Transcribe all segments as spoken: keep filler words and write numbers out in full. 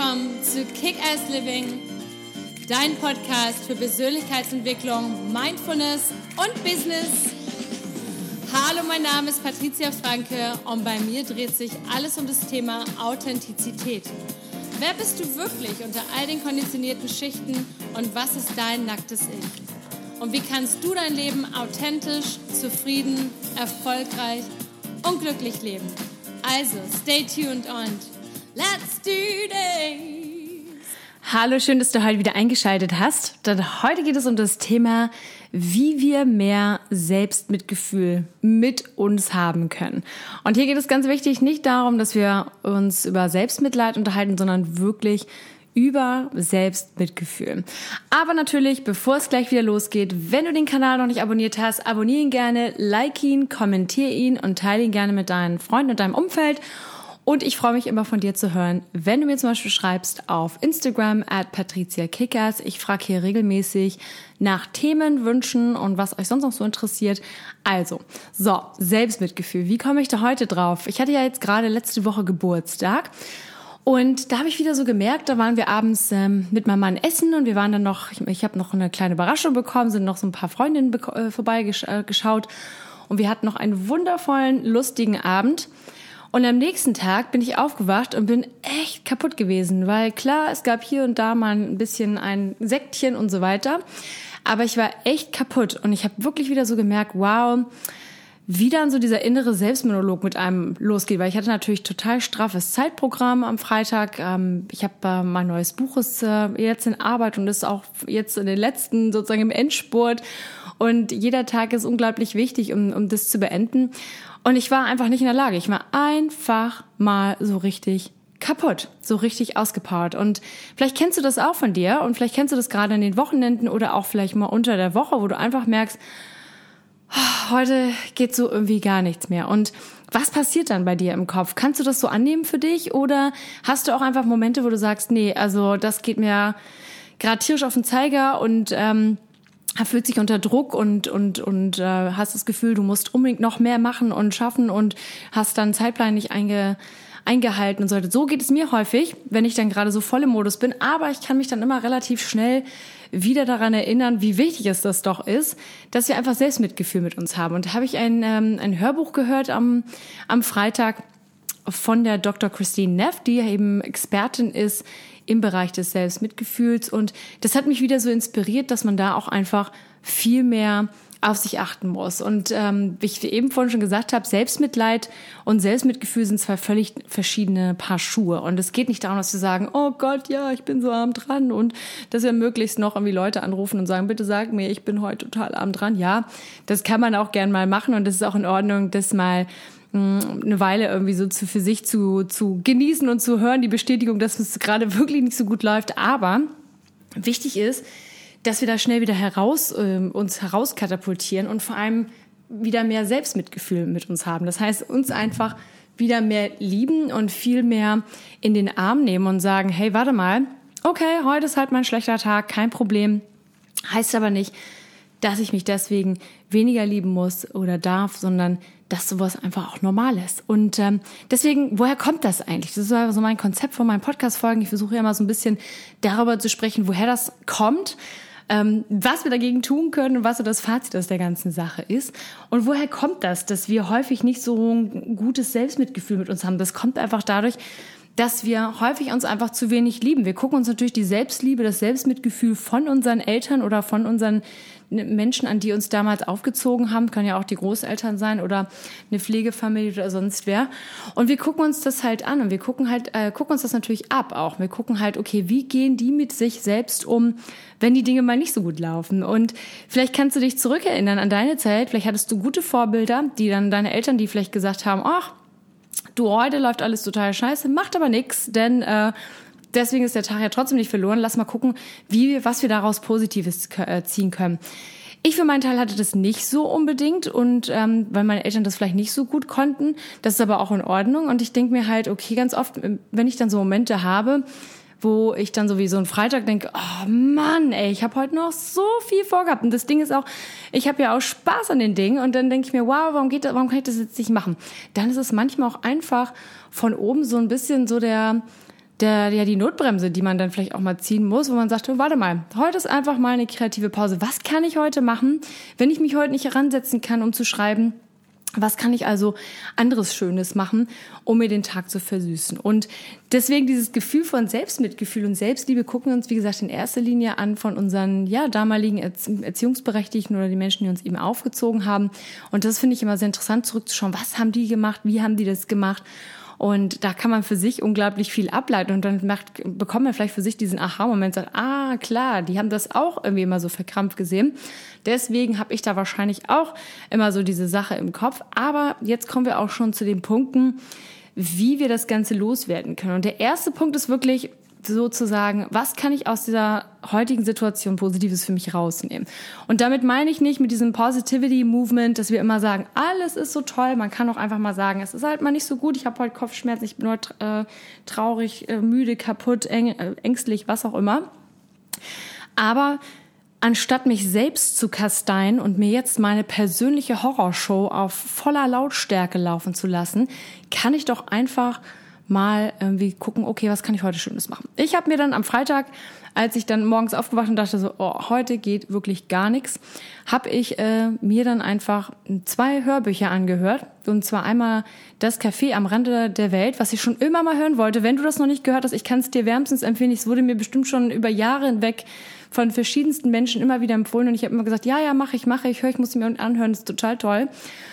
willkommen zu Kick-Ass Living, dein Podcast für Persönlichkeitsentwicklung, Mindfulness und Business. Hallo, mein Name ist Patricia Franke und bei mir dreht sich alles um das Thema Authentizität. Wer bist du wirklich unter all den konditionierten Schichten und was ist dein nacktes Ich? Und wie kannst du dein Leben authentisch, zufrieden, erfolgreich und glücklich leben? Also, stay tuned und let's do this! Hallo, schön, dass du heute wieder eingeschaltet hast. Denn heute geht es um das Thema, wie wir mehr Selbstmitgefühl mit uns haben können. Und hier geht es ganz wichtig nicht darum, dass wir uns über Selbstmitleid unterhalten, sondern wirklich über Selbstmitgefühl. Aber natürlich, bevor es gleich wieder losgeht, wenn du den Kanal noch nicht abonniert hast, abonniere ihn gerne, like ihn, kommentiere ihn und teile ihn gerne mit deinen Freunden und deinem Umfeld. Und ich freue mich immer von dir zu hören, wenn du mir zum Beispiel schreibst auf Instagram at Patricia Kickers. Ich frage hier regelmäßig nach Themen, Wünschen und was euch sonst noch so interessiert. Also, so, Selbstmitgefühl. Wie komme ich da heute drauf? Ich hatte ja jetzt gerade letzte Woche Geburtstag. Und da habe ich wieder so gemerkt, da waren wir abends ähm, mit meinem Mann essen und wir waren dann noch, ich, ich habe noch eine kleine Überraschung bekommen, sind noch so ein paar Freundinnen beko- äh, vorbeigeschaut und wir hatten noch einen wundervollen, lustigen Abend. Und am nächsten Tag bin ich aufgewacht und bin echt kaputt gewesen, weil klar, es gab hier und da mal ein bisschen ein Sektchen und so weiter, aber ich war echt kaputt und ich habe wirklich wieder so gemerkt, wow, wie dann so dieser innere Selbstmonolog mit einem losgeht, weil ich hatte natürlich total straffes Zeitprogramm am Freitag. Ich habe mein neues Buch ist jetzt in Arbeit und ist auch jetzt in den letzten, sozusagen im Endspurt. Und jeder Tag ist unglaublich wichtig, um, um das zu beenden. Und ich war einfach nicht in der Lage. Ich war einfach mal so richtig kaputt, so richtig ausgepowert. Und vielleicht kennst du das auch von dir und vielleicht kennst du das gerade an den Wochenenden oder auch vielleicht mal unter der Woche, wo du einfach merkst, heute geht so irgendwie gar nichts mehr. Und was passiert dann bei dir im Kopf? Kannst du das so annehmen für dich oder hast du auch einfach Momente, wo du sagst, nee, also das geht mir gerade tierisch auf den Zeiger und ähm, er fühlt sich unter Druck und und und äh, hast das Gefühl, du musst unbedingt noch mehr machen und schaffen und hast dann Zeitplan nicht einge eingehalten und so. So geht es mir häufig, wenn ich dann gerade so voll im Modus bin. Aber ich kann mich dann immer relativ schnell wieder daran erinnern, wie wichtig es das doch ist, dass wir einfach Selbstmitgefühl mit uns haben. Und da habe ich ein, ähm, ein Hörbuch gehört am, am Freitag von der Doktor Christine Neff, die eben Expertin ist im Bereich des Selbstmitgefühls. Und das hat mich wieder so inspiriert, dass man da auch einfach viel mehr auf sich achten muss. Und ähm, wie ich eben vorhin schon gesagt habe, Selbstmitleid und Selbstmitgefühl sind zwei völlig verschiedene Paar Schuhe. Und es geht nicht darum, dass wir sagen, oh Gott, ja, ich bin so arm dran und dass wir möglichst noch irgendwie Leute anrufen und sagen, bitte sag mir, ich bin heute total arm dran. Ja, das kann man auch gern mal machen und das ist auch in Ordnung, das mal mh, eine Weile irgendwie so zu, für sich zu, zu genießen und zu hören, die Bestätigung, dass es gerade wirklich nicht so gut läuft. Aber wichtig ist, dass wir da schnell wieder heraus, äh, uns herauskatapultieren und vor allem wieder mehr Selbstmitgefühl mit uns haben. Das heißt, uns einfach wieder mehr lieben und viel mehr in den Arm nehmen und sagen, hey, warte mal, okay, heute ist halt mein schlechter Tag, kein Problem. Heißt aber nicht, dass ich mich deswegen weniger lieben muss oder darf, sondern dass sowas einfach auch normal ist. Und ähm, deswegen, woher kommt das eigentlich? Das ist so mein Konzept von meinen Podcast-Folgen. Ich versuche ja mal so ein bisschen darüber zu sprechen, woher das kommt, ähm, was wir dagegen tun können und was so das Fazit aus der ganzen Sache ist. Und woher kommt das, dass wir häufig nicht so ein gutes Selbstmitgefühl mit uns haben? Das kommt einfach dadurch, dass wir häufig uns einfach zu wenig lieben. Wir gucken uns natürlich die Selbstliebe, das Selbstmitgefühl von unseren Eltern oder von unseren Menschen, an die uns damals aufgezogen haben, können ja auch die Großeltern sein oder eine Pflegefamilie oder sonst wer. Und wir gucken uns das halt an und wir gucken halt, äh, gucken uns das natürlich ab auch. Wir gucken halt, okay, wie gehen die mit sich selbst um, wenn die Dinge mal nicht so gut laufen? Und vielleicht kannst du dich zurückerinnern an deine Zeit. Vielleicht hattest du gute Vorbilder, die dann deine Eltern, die vielleicht gesagt haben, ach, du, heute läuft alles total scheiße, macht aber nix, denn äh, deswegen ist der Tag ja trotzdem nicht verloren. Lass mal gucken, wie wir, was wir daraus Positives äh, ziehen können. Ich für meinen Teil hatte das nicht so unbedingt und ähm, weil meine Eltern das vielleicht nicht so gut konnten, das ist aber auch in Ordnung. Und ich denke mir halt, okay, ganz oft, wenn ich dann so Momente habe, wo ich dann so wie so einen Freitag denke, oh Mann, ey, ich habe heute noch so viel vorgehabt. Und das Ding ist auch, ich habe ja auch Spaß an den Dingen. Und dann denke ich mir, wow, warum geht das, warum kann ich das jetzt nicht machen? Dann ist es manchmal auch einfach von oben so ein bisschen so der der, ja, die Notbremse, die man dann vielleicht auch mal ziehen muss, wo man sagt, oh, warte mal, heute ist einfach mal eine kreative Pause. Was kann ich heute machen, wenn ich mich heute nicht heransetzen kann, um zu schreiben? Was kann ich also anderes Schönes machen, um mir den Tag zu versüßen? Und deswegen dieses Gefühl von Selbstmitgefühl und Selbstliebe gucken wir uns, wie gesagt, in erster Linie an von unseren ja damaligen Erziehungsberechtigten oder die Menschen, die uns eben aufgezogen haben. Und das finde ich immer sehr interessant, zurückzuschauen. Was haben die gemacht? Wie haben die das gemacht? Und da kann man für sich unglaublich viel ableiten und dann macht, bekommt man vielleicht für sich diesen Aha-Moment, sagt, ah klar, die haben das auch irgendwie immer so verkrampft gesehen. Deswegen habe ich da wahrscheinlich auch immer so diese Sache im Kopf. Aber jetzt kommen wir auch schon zu den Punkten, wie wir das Ganze loswerden können. Und der erste Punkt ist wirklich sozusagen, was kann ich aus dieser heutigen Situation Positives für mich rausnehmen? Und damit meine ich nicht mit diesem Positivity Movement, dass wir immer sagen, alles ist so toll. Man kann auch einfach mal sagen, es ist halt mal nicht so gut. Ich habe heute Kopfschmerzen, ich bin heute äh, traurig, äh, müde, kaputt, eng, äh, ängstlich, was auch immer. Aber anstatt mich selbst zu kasteien und mir jetzt meine persönliche Horrorshow auf voller Lautstärke laufen zu lassen, kann ich doch einfach mal irgendwie gucken, okay, was kann ich heute Schönes machen? Ich habe mir dann am Freitag, als ich dann morgens aufgewacht und dachte so, oh, heute geht wirklich gar nichts, habe ich äh, mir dann einfach zwei Hörbücher angehört. Und zwar einmal Das Café am Rande der Welt, was ich schon immer mal hören wollte. Wenn du das noch nicht gehört hast, ich kann es dir wärmstens empfehlen. Es wurde mir bestimmt schon über Jahre hinweg von verschiedensten Menschen immer wieder empfohlen. Und ich habe immer gesagt, ja, ja, mache ich, mache ich, höre ich, muss ich mir anhören, das ist total toll.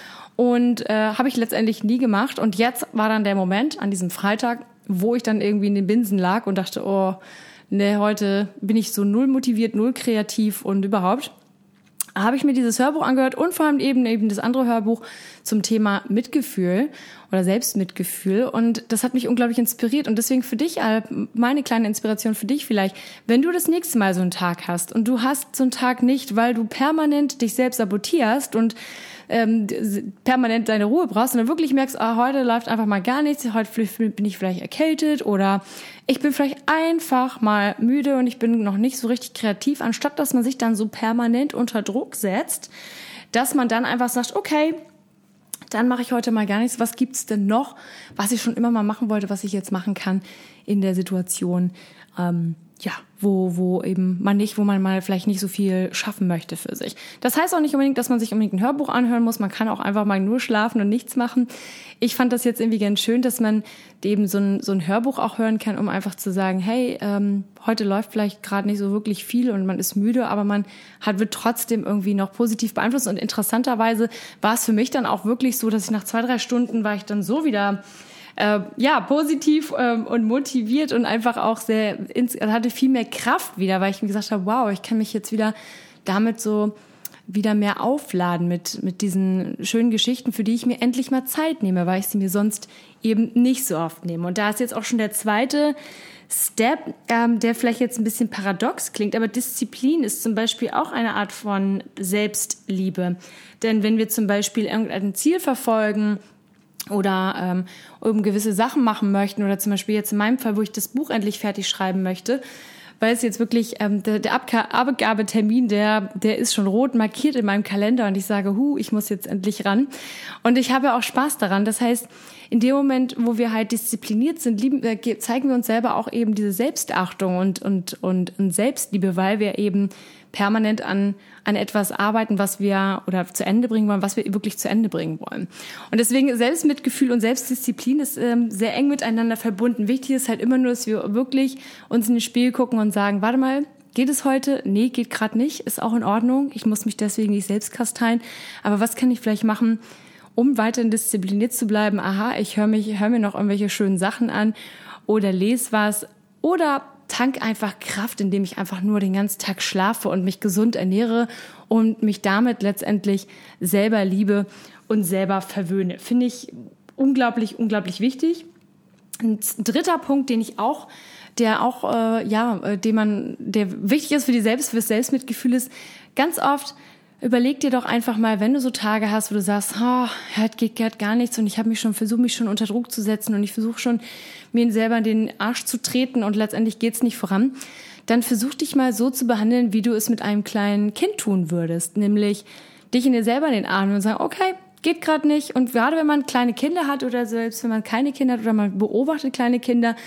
Und äh, habe ich letztendlich nie gemacht. Und jetzt war dann der Moment an diesem Freitag, wo ich dann irgendwie in den Binsen lag und dachte, oh, ne, heute bin ich so null motiviert, null kreativ und überhaupt. Habe ich mir dieses Hörbuch angehört und vor allem eben eben das andere Hörbuch zum Thema Mitgefühl oder Selbstmitgefühl. Und das hat mich unglaublich inspiriert. Und deswegen für dich, meine kleine Inspiration für dich vielleicht, wenn du das nächste Mal so einen Tag hast und du hast so einen Tag nicht, weil du permanent dich selbst sabotierst und ähm, permanent deine Ruhe brauchst und dann wirklich merkst, ah, heute läuft einfach mal gar nichts, heute bin ich vielleicht erkältet oder ich bin vielleicht einfach mal müde und ich bin noch nicht so richtig kreativ, anstatt dass man sich dann so permanent unter Druck setzt, dass man dann einfach sagt, okay, dann mache ich heute mal gar nichts. Was gibt's denn noch, was ich schon immer mal machen wollte, was ich jetzt machen kann in der Situation, ähm, ja, wo, wo eben man nicht, wo man mal vielleicht nicht so viel schaffen möchte für sich. Das heißt auch nicht unbedingt, dass man sich unbedingt ein Hörbuch anhören muss. Man kann auch einfach mal nur schlafen und nichts machen. Ich fand das jetzt irgendwie ganz schön, dass man eben so ein, so ein Hörbuch auch hören kann, um einfach zu sagen, hey, ähm, heute läuft vielleicht gerade nicht so wirklich viel und man ist müde, aber man hat, wird trotzdem irgendwie noch positiv beeinflusst. Und interessanterweise war es für mich dann auch wirklich so, dass ich nach zwei, drei Stunden war ich dann so wieder Äh, ja, positiv ähm, und motiviert und einfach auch sehr, ins, hatte viel mehr Kraft wieder, weil ich mir gesagt habe, wow, ich kann mich jetzt wieder damit so wieder mehr aufladen mit, mit diesen schönen Geschichten, für die ich mir endlich mal Zeit nehme, weil ich sie mir sonst eben nicht so oft nehme. Und da ist jetzt auch schon der zweite Step, ähm, der vielleicht jetzt ein bisschen paradox klingt, aber Disziplin ist zum Beispiel auch eine Art von Selbstliebe. Denn wenn wir zum Beispiel irgendein Ziel verfolgen, oder ähm, um gewisse Sachen machen möchten oder zum Beispiel jetzt in meinem Fall, wo ich das Buch endlich fertig schreiben möchte, weil es jetzt wirklich ähm, der, der Abga- Abgabetermin, der der ist schon rot markiert in meinem Kalender und ich sage, hu, ich muss jetzt endlich ran und ich habe auch Spaß daran. Das heißt, in dem Moment, wo wir halt diszipliniert sind, lieben, äh, zeigen wir uns selber auch eben diese Selbstachtung und und und, und Selbstliebe, weil wir eben permanent an an etwas arbeiten, was wir oder zu Ende bringen wollen, was wir wirklich zu Ende bringen wollen. Und deswegen Selbstmitgefühl und Selbstdisziplin ist ähm, sehr eng miteinander verbunden. Wichtig ist halt immer nur, dass wir wirklich uns in den Spiegel gucken und sagen, warte mal, geht es heute? Nee, geht gerade nicht. Ist auch in Ordnung. Ich muss mich deswegen nicht selbst kasteien. Aber was kann ich vielleicht machen, um weiterhin diszipliniert zu bleiben? Aha, ich höre mich, höre mir noch irgendwelche schönen Sachen an oder lese was oder tank einfach Kraft, indem ich einfach nur den ganzen Tag schlafe und mich gesund ernähre und mich damit letztendlich selber liebe und selber verwöhne. Finde ich unglaublich, unglaublich wichtig. Ein dritter Punkt, den ich auch, der auch, äh, ja, den man, der wichtig ist für die Selbst, für das Selbstmitgefühl ist, ganz oft überleg dir doch einfach mal, wenn du so Tage hast, wo du sagst, oh, es geht gerade gar nichts und ich habe mich schon versucht, mich schon unter Druck zu setzen und ich versuche schon, mir selber in den Arsch zu treten und letztendlich geht's nicht voran, dann versuch dich mal so zu behandeln, wie du es mit einem kleinen Kind tun würdest, nämlich dich in dir selber in den Arm nehmen und sagen, okay, geht gerade nicht. Und gerade wenn man kleine Kinder hat oder selbst wenn man keine Kinder hat oder man beobachtet kleine Kinder,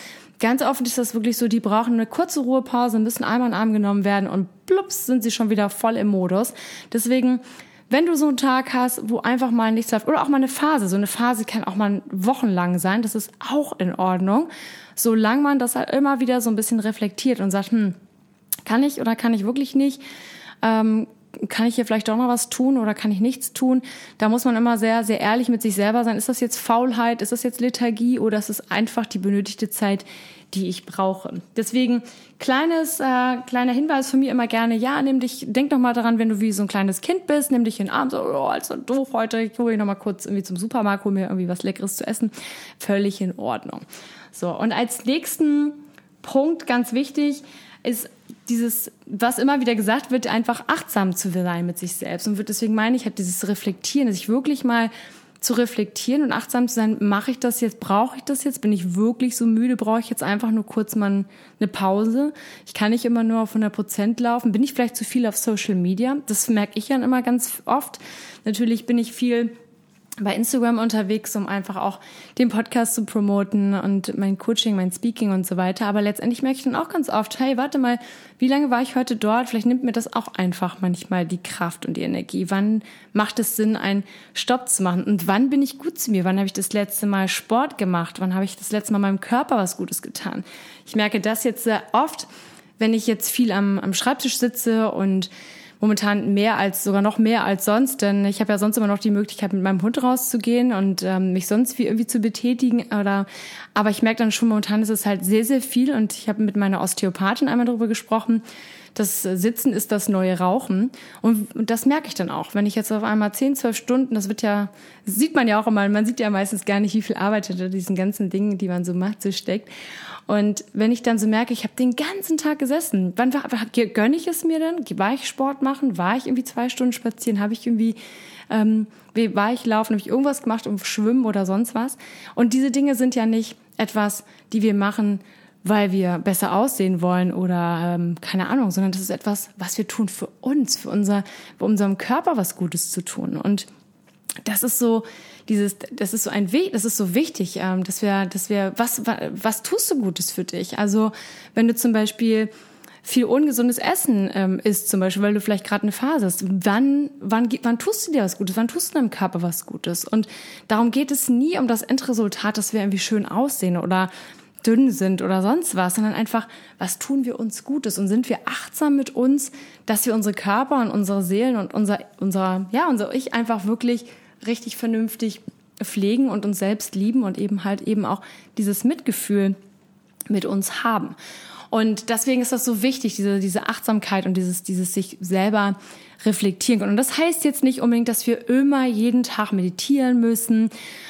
ganz oft ist das wirklich so, die brauchen eine kurze Ruhepause, müssen einmal in den Arm genommen werden und plups sind sie schon wieder voll im Modus. Deswegen, wenn du so einen Tag hast, wo einfach mal nichts läuft oder auch mal eine Phase, so eine Phase kann auch mal wochenlang sein, das ist auch in Ordnung, solange man das halt immer wieder so ein bisschen reflektiert und sagt, hm, kann ich oder kann ich wirklich nicht, ähm, kann ich hier vielleicht doch noch was tun oder kann ich nichts tun? Da muss man immer sehr, sehr ehrlich mit sich selber sein. Ist das jetzt Faulheit? Ist das jetzt Lethargie? Oder ist es einfach die benötigte Zeit, die ich brauche? Deswegen kleines, äh, kleiner Hinweis von mir immer gerne. Ja, nimm dich, denk doch mal daran, wenn du wie so ein kleines Kind bist, nimm dich in den Arm, so, oh, also doof heute, ich hole dich noch mal kurz irgendwie zum Supermarkt, hol mir irgendwie was Leckeres zu essen. Völlig in Ordnung. So. Und als nächsten Punkt, ganz wichtig, ist dieses, was immer wieder gesagt wird, einfach achtsam zu sein mit sich selbst. Und deswegen meine ich, halt dieses Reflektieren, sich wirklich mal zu reflektieren und achtsam zu sein, mache ich das jetzt, brauche ich das jetzt, bin ich wirklich so müde, brauche ich jetzt einfach nur kurz mal eine Pause. Ich kann nicht immer nur auf hundert Prozent laufen. Bin ich vielleicht zu viel auf Social Media? Das merke ich dann immer ganz oft. Natürlich bin ich viel bei Instagram unterwegs, um einfach auch den Podcast zu promoten und mein Coaching, mein Speaking und so weiter. Aber letztendlich merke ich dann auch ganz oft, hey, warte mal, wie lange war ich heute dort? Vielleicht nimmt mir das auch einfach manchmal die Kraft und die Energie. Wann macht es Sinn, einen Stopp zu machen? Und wann bin ich gut zu mir? Wann habe ich das letzte Mal Sport gemacht? Wann habe ich das letzte Mal meinem Körper was Gutes getan? Ich merke das jetzt sehr oft, wenn ich jetzt viel am, am Schreibtisch sitze und momentan mehr als, sogar noch mehr als sonst, denn ich habe ja sonst immer noch die Möglichkeit, mit meinem Hund rauszugehen und ähm, mich sonst wie irgendwie zu betätigen. Oder, aber ich merke dann schon, momentan ist es halt sehr, sehr viel und ich habe mit meiner Osteopathin einmal darüber gesprochen, das Sitzen ist das neue Rauchen. Und das merke ich dann auch. Wenn ich jetzt auf einmal zehn, zwölf Stunden, das wird ja, das sieht man ja auch immer, man sieht ja meistens gar nicht, wie viel Arbeit hinter diesen ganzen Dingen, die man so macht, so steckt. Und wenn ich dann so merke, ich habe den ganzen Tag gesessen, wann war, gönne ich es mir denn? War ich Sport machen? War ich irgendwie zwei Stunden spazieren? Habe ich irgendwie, ähm, war ich laufen? Habe ich irgendwas gemacht, um Schwimmen oder sonst was? Und diese Dinge sind ja nicht etwas, die wir machen, weil wir besser aussehen wollen oder ähm, keine Ahnung, sondern das ist etwas, was wir tun für uns, für unser, für unserem Körper was Gutes zu tun. Und das ist so dieses, das ist so ein Weg, das ist so wichtig, ähm, dass wir, dass wir, was, was, was tust du Gutes für dich? Also wenn du zum Beispiel viel ungesundes Essen ähm, isst, zum Beispiel, weil du vielleicht gerade eine Phase hast, wann, wann, wann tust du dir was Gutes? Wann tust du deinem Körper was Gutes? Und darum geht es nie um das Endresultat, dass wir irgendwie schön aussehen oder dünn sind oder sonst was, sondern einfach, was tun wir uns Gutes und sind wir achtsam mit uns, dass wir unsere Körper und unsere Seelen und unser, unser, ja, unser Ich einfach wirklich richtig vernünftig pflegen und uns selbst lieben und eben halt eben auch dieses Mitgefühl mit uns haben. Und deswegen ist das so wichtig, diese, diese Achtsamkeit und dieses, dieses sich selber reflektieren können. Und das heißt jetzt nicht unbedingt, dass wir immer jeden Tag meditieren müssen,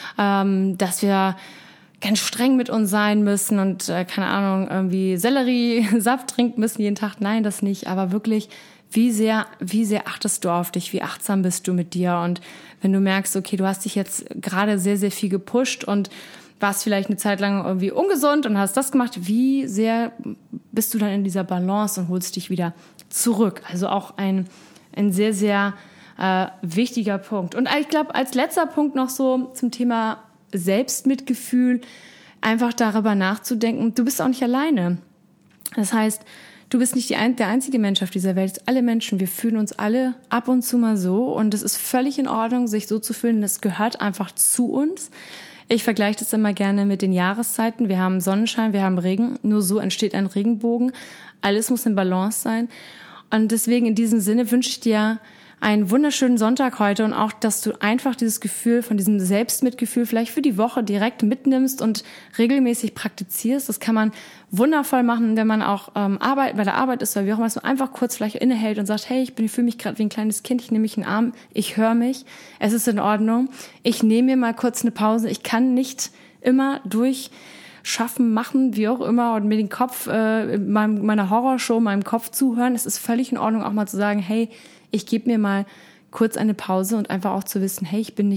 ähm, dass wir ganz streng mit uns sein müssen und, äh, keine Ahnung, irgendwie Selleriesaft trinken müssen jeden Tag. Nein, das nicht. Aber wirklich, wie sehr, wie sehr achtest du auf dich? Wie achtsam bist du mit dir? Und wenn du merkst, okay, du hast dich jetzt gerade sehr, sehr viel gepusht und warst vielleicht eine Zeit lang irgendwie ungesund und hast das gemacht, wie sehr bist du dann in dieser Balance und holst dich wieder zurück? Also auch ein, ein sehr, sehr äh, wichtiger Punkt. Und ich glaube, als letzter Punkt noch so zum Thema Selbstmitgefühl, einfach darüber nachzudenken, du bist auch nicht alleine. Das heißt, du bist nicht die ein, der einzige Mensch auf dieser Welt. Alle Menschen, wir fühlen uns alle ab und zu mal so und es ist völlig in Ordnung, sich so zu fühlen. Das gehört einfach zu uns. Ich vergleiche das immer gerne mit den Jahreszeiten. Wir haben Sonnenschein, wir haben Regen. Nur so entsteht ein Regenbogen. Alles muss in Balance sein. Und deswegen in diesem Sinne wünsche ich dir einen wunderschönen Sonntag heute und auch, dass du einfach dieses Gefühl von diesem Selbstmitgefühl vielleicht für die Woche direkt mitnimmst und regelmäßig praktizierst. Das kann man wundervoll machen, wenn man auch ähm, Arbeit, bei der Arbeit ist oder wie auch immer, dass man einfach kurz vielleicht innehält und sagt, hey, ich bin, ich fühle mich gerade wie ein kleines Kind, ich nehme mich in den Arm, ich höre mich, es ist in Ordnung, ich nehme mir mal kurz eine Pause, ich kann nicht immer durch schaffen, machen, wie auch immer, und mir den Kopf, äh, meinem, meiner Horrorshow, meinem Kopf zuhören. Es ist völlig in Ordnung, auch mal zu sagen, hey, ich gebe mir mal kurz eine Pause und einfach auch zu wissen, hey, ich bin nicht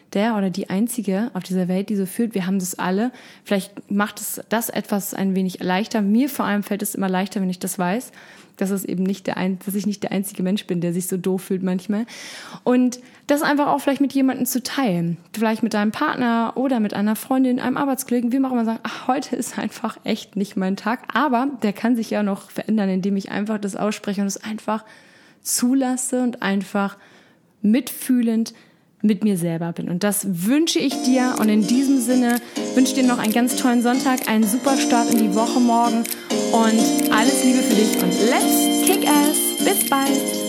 der oder die Einzige auf dieser Welt, die so fühlt. Wir haben das alle. Vielleicht macht es das etwas ein wenig leichter. Mir vor allem fällt es immer leichter, wenn ich das weiß, dass es eben nicht der ein, dass ich nicht der einzige Mensch bin, der sich so doof fühlt manchmal. Und das einfach auch vielleicht mit jemandem zu teilen. Vielleicht mit deinem Partner oder mit einer Freundin, einem Arbeitskollegen, wie man auch immer sagen, ach, heute ist einfach echt nicht mein Tag. Aber der kann sich ja noch verändern, indem ich einfach das ausspreche und es einfach zulasse und einfach mitfühlend mit mir selber bin. Und das wünsche ich dir. Und in diesem Sinne wünsche ich dir noch einen ganz tollen Sonntag, einen super Start in die Woche morgen und alles Liebe für dich und let's kick ass. Bis bald.